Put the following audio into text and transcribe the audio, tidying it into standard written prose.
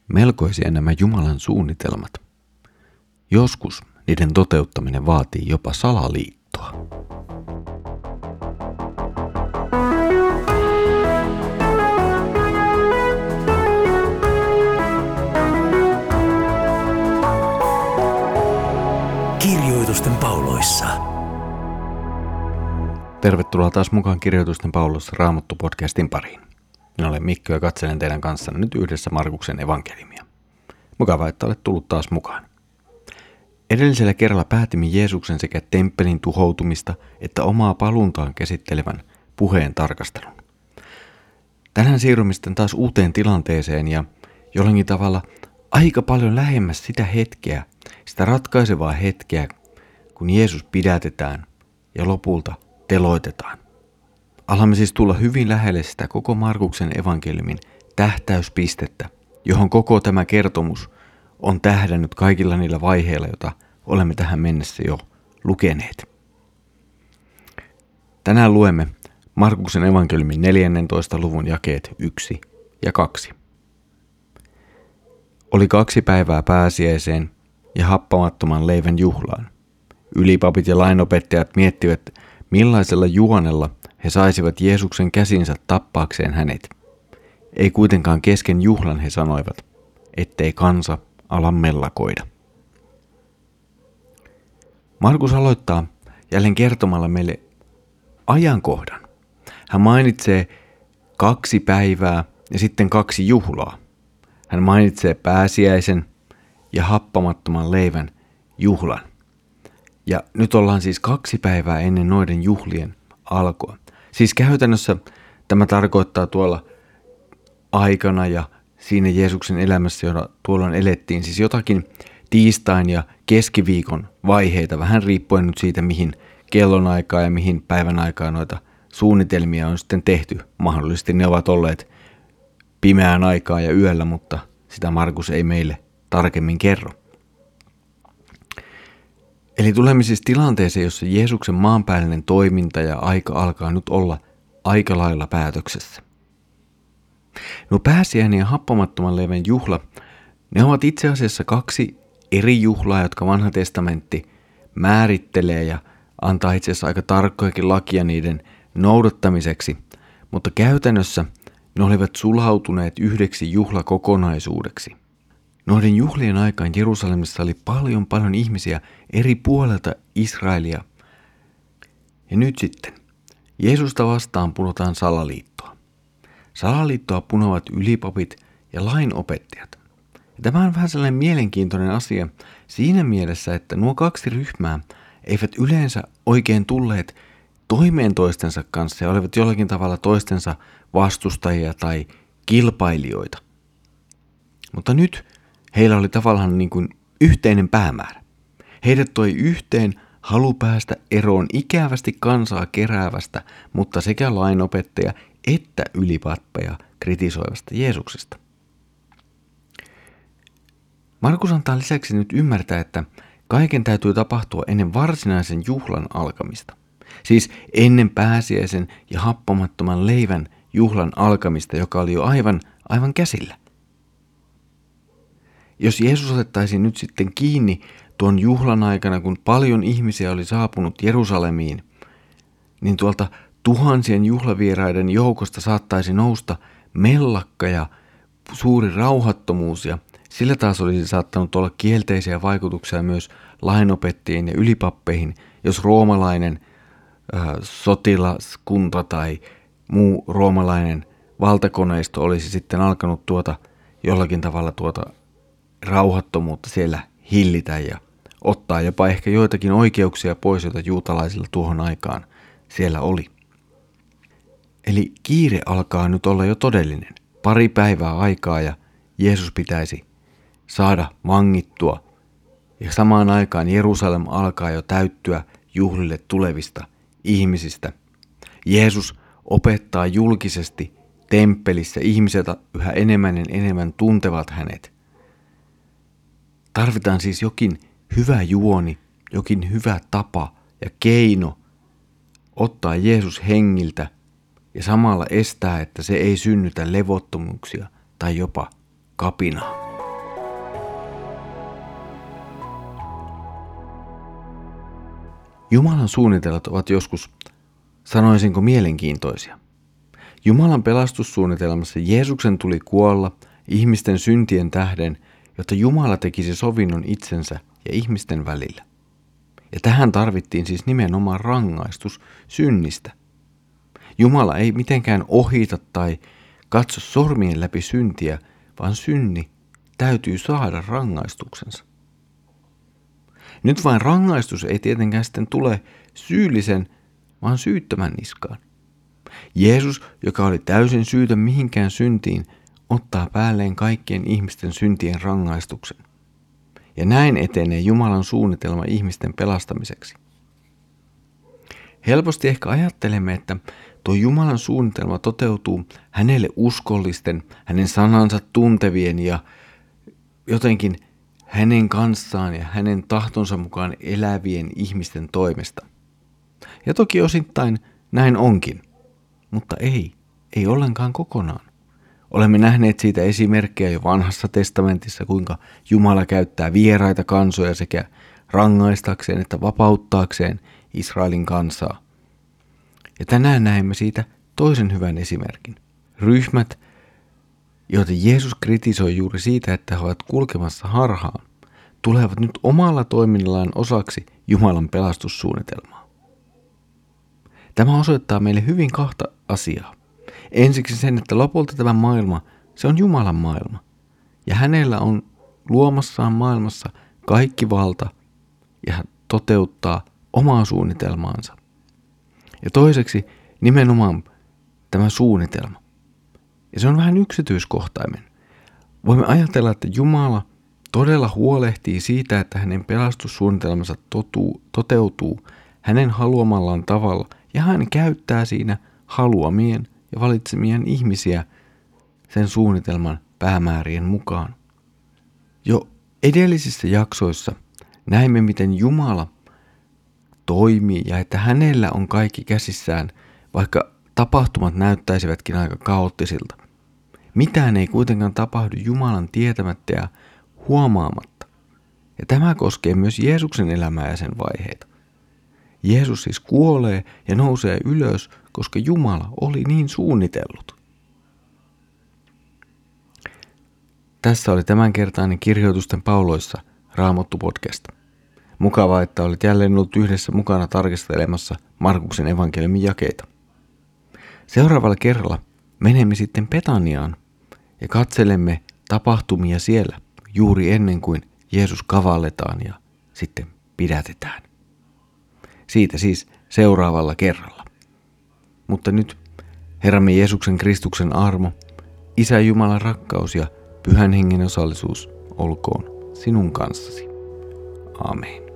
Melkoisia nämä Jumalan suunnitelmat. Joskus niiden toteuttaminen vaatii jopa salaliittoa. Kirjoitusten pauloissa. Tervetuloa taas mukaan Kirjoitusten pauloissa Raamattu-podcastin pariin. Minä olen Mikko ja katselen teidän kanssanne nyt yhdessä Markuksen evankeliumia. Mukava, että olet tullut taas mukaan. Edellisellä kerralla päätimme Jeesuksen sekä temppelin tuhoutumista että omaa paluuntaan käsittelevän puheen tarkastelun. Tänään siirrymme sitten taas uuteen tilanteeseen ja jollakin tavalla aika paljon lähemmäs sitä hetkeä, sitä ratkaisevaa hetkeä, kun Jeesus pidätetään ja lopulta teloitetaan. Alamme siis tulla hyvin lähelle sitä koko Markuksen evankeliumin tähtäyspistettä, johon koko tämä kertomus on tähdännyt kaikilla niillä vaiheilla, joita olemme tähän mennessä jo lukeneet. Tänään luemme Markuksen evankeliumin 14. luvun jakeet 1 ja 2. Oli 2 päivää pääsiäiseen ja happamattoman leivän juhlaan. Ylipapit ja lainopettajat miettivät, millaisella juonella he saisivat Jeesuksen käsinsä tappaakseen hänet. Ei kuitenkaan kesken juhlan he sanoivat, ettei kansa ala mellakoida. Markus aloittaa jälleen kertomalla meille ajankohdan. Hän mainitsee 2 päivää ja sitten 2 juhlaa. Hän mainitsee pääsiäisen ja happamattoman leivän juhlan. Ja nyt ollaan siis 2 päivää ennen noiden juhlien alkoa. Siis käytännössä tämä tarkoittaa tuolla aikana ja siinä Jeesuksen elämässä, jota tuolloin elettiin, siis jotakin tiistain ja keskiviikon vaiheita, vähän riippuen nyt siitä, mihin kellonaikaa ja mihin päivän aikaa noita suunnitelmia on sitten tehty. Mahdollisesti ne ovat olleet pimeään aikaa ja yöllä, mutta sitä Markus ei meille tarkemmin kerro. Eli tulemme siis tilanteeseen, jossa Jeesuksen maanpäällinen toiminta ja aika alkaa nyt olla aika lailla päätöksessä. No pääsiäinen ja happamattoman leivän juhla, ne ovat itse asiassa 2 eri juhlaa, jotka Vanha testamentti määrittelee ja antaa itse asiassa aika tarkkojakin lakia niiden noudattamiseksi, mutta käytännössä ne olivat sulautuneet yhdeksi juhlakokonaisuudeksi. Noiden juhlien aikaan Jerusalemissa oli paljon ihmisiä eri puolelta Israelia. Ja nyt sitten Jeesusta vastaan punotaan salaliittoa. Salaliittoa punovat ylipapit ja lainopettajat. Ja tämä on vähän sellainen mielenkiintoinen asia siinä mielessä, että nuo 2 ryhmää eivät yleensä oikein tulleet toimeen toistensa kanssa ja olivat jollakin tavalla toistensa vastustajia tai kilpailijoita. Mutta nyt heillä oli tavallaan niin kuin yhteinen päämäärä. Heidät toi yhteen halu päästä eroon ikävästi kansaa keräävästä, mutta sekä lainopettaja että ylipappeja kritisoivasta Jeesuksesta. Markus antaa lisäksi nyt ymmärtää, että kaiken täytyy tapahtua ennen varsinaisen juhlan alkamista. Siis ennen pääsiäisen ja happamattoman leivän juhlan alkamista, joka oli jo aivan käsillä. Jos Jeesus otettaisiin nyt sitten kiinni tuon juhlan aikana, kun paljon ihmisiä oli saapunut Jerusalemiin, niin tuolta tuhansien juhlavieraiden joukosta saattaisi nousta mellakka ja suuri rauhattomuus, ja sillä taas olisi saattanut olla kielteisiä vaikutuksia myös lainopettajien ja ylipappeihin, jos roomalainen sotilaskunta tai muu roomalainen valtakoneisto olisi sitten alkanut jollakin tavalla rauhattomuutta siellä hillitä ja ottaa jopa ehkä joitakin oikeuksia pois, joita juutalaisilla tuohon aikaan siellä oli. Eli kiire alkaa nyt olla jo todellinen. 2 päivää aikaa ja Jeesus pitäisi saada vangittua. Ja samaan aikaan Jerusalem alkaa jo täyttyä juhlille tulevista ihmisistä. Jeesus opettaa julkisesti temppelissä. Ihmiset yhä enemmän ja enemmän tuntevat hänet. Tarvitaan siis jokin hyvä juoni, jokin hyvä tapa ja keino ottaa Jeesus hengiltä ja samalla estää, että se ei synnytä levottomuuksia tai jopa kapinaa. Jumalan suunnitelmat ovat joskus, sanoisinko, mielenkiintoisia. Jumalan pelastussuunnitelmassa Jeesuksen tuli kuolla ihmisten syntien tähden, jotta Jumala tekisi sovinnon itsensä ja ihmisten välillä. Ja tähän tarvittiin siis nimenomaan rangaistus synnistä. Jumala ei mitenkään ohita tai katso sormien läpi syntiä, vaan synni täytyy saada rangaistuksensa. Nyt vain rangaistus ei tietenkään sitten tule syyllisen, vaan syyttömän niskaan. Jeesus, joka oli täysin syytön mihinkään syntiin, ottaa päälleen kaikkien ihmisten syntien rangaistuksen. Ja näin etenee Jumalan suunnitelma ihmisten pelastamiseksi. Helposti ehkä ajattelemme, että tuo Jumalan suunnitelma toteutuu hänelle uskollisten, hänen sanansa tuntevien ja jotenkin hänen kanssaan ja hänen tahtonsa mukaan elävien ihmisten toimesta. Ja toki osittain näin onkin, mutta ei ollenkaan kokonaan. Olemme nähneet siitä esimerkkejä jo Vanhassa testamentissa, kuinka Jumala käyttää vieraita kansoja sekä rangaistakseen että vapauttaakseen Israelin kansaa. Ja tänään näemme siitä toisen hyvän esimerkin. Ryhmät, joita Jeesus kritisoi juuri siitä, että he ovat kulkemassa harhaan, tulevat nyt omalla toiminnallaan osaksi Jumalan pelastussuunnitelmaa. Tämä osoittaa meille hyvin kahta asiaa. Ensiksi sen, että lopulta tämä maailma, se on Jumalan maailma. Ja hänellä on luomassaan maailmassa kaikki valta ja hän toteuttaa omaa suunnitelmaansa. Ja toiseksi nimenomaan tämä suunnitelma. Ja se on vähän yksityiskohtainen. Voimme ajatella, että Jumala todella huolehtii siitä, että hänen pelastussuunnitelmansa toteutuu hänen haluamallaan tavalla ja hän käyttää siinä haluamien ja valitsemien ihmisiä sen suunnitelman päämäärien mukaan. Jo edellisissä jaksoissa näimme, miten Jumala toimii ja että hänellä on kaikki käsissään, vaikka tapahtumat näyttäisivätkin aika kaoottisilta. Mitään ei kuitenkaan tapahdu Jumalan tietämättä ja huomaamatta. Ja tämä koskee myös Jeesuksen elämää ja sen vaiheita. Jeesus siis kuolee ja nousee ylös, koska Jumala oli niin suunnitellut. Tässä oli tämänkertainen Kirjoitusten pauloissa Raamattu-podcast. Mukavaa, että olet jälleen ollut yhdessä mukana tarkistelemassa Markuksen evankeliumin jakeita. Seuraavalla kerralla menemme sitten Betaniaan ja katselemme tapahtumia siellä juuri ennen kuin Jeesus kavalletaan ja sitten pidätetään. Siitä siis seuraavalla kerralla. Mutta nyt Herramme Jeesuksen Kristuksen armo, Isä Jumalan rakkaus ja Pyhän Hengen osallisuus olkoon sinun kanssasi. Amen.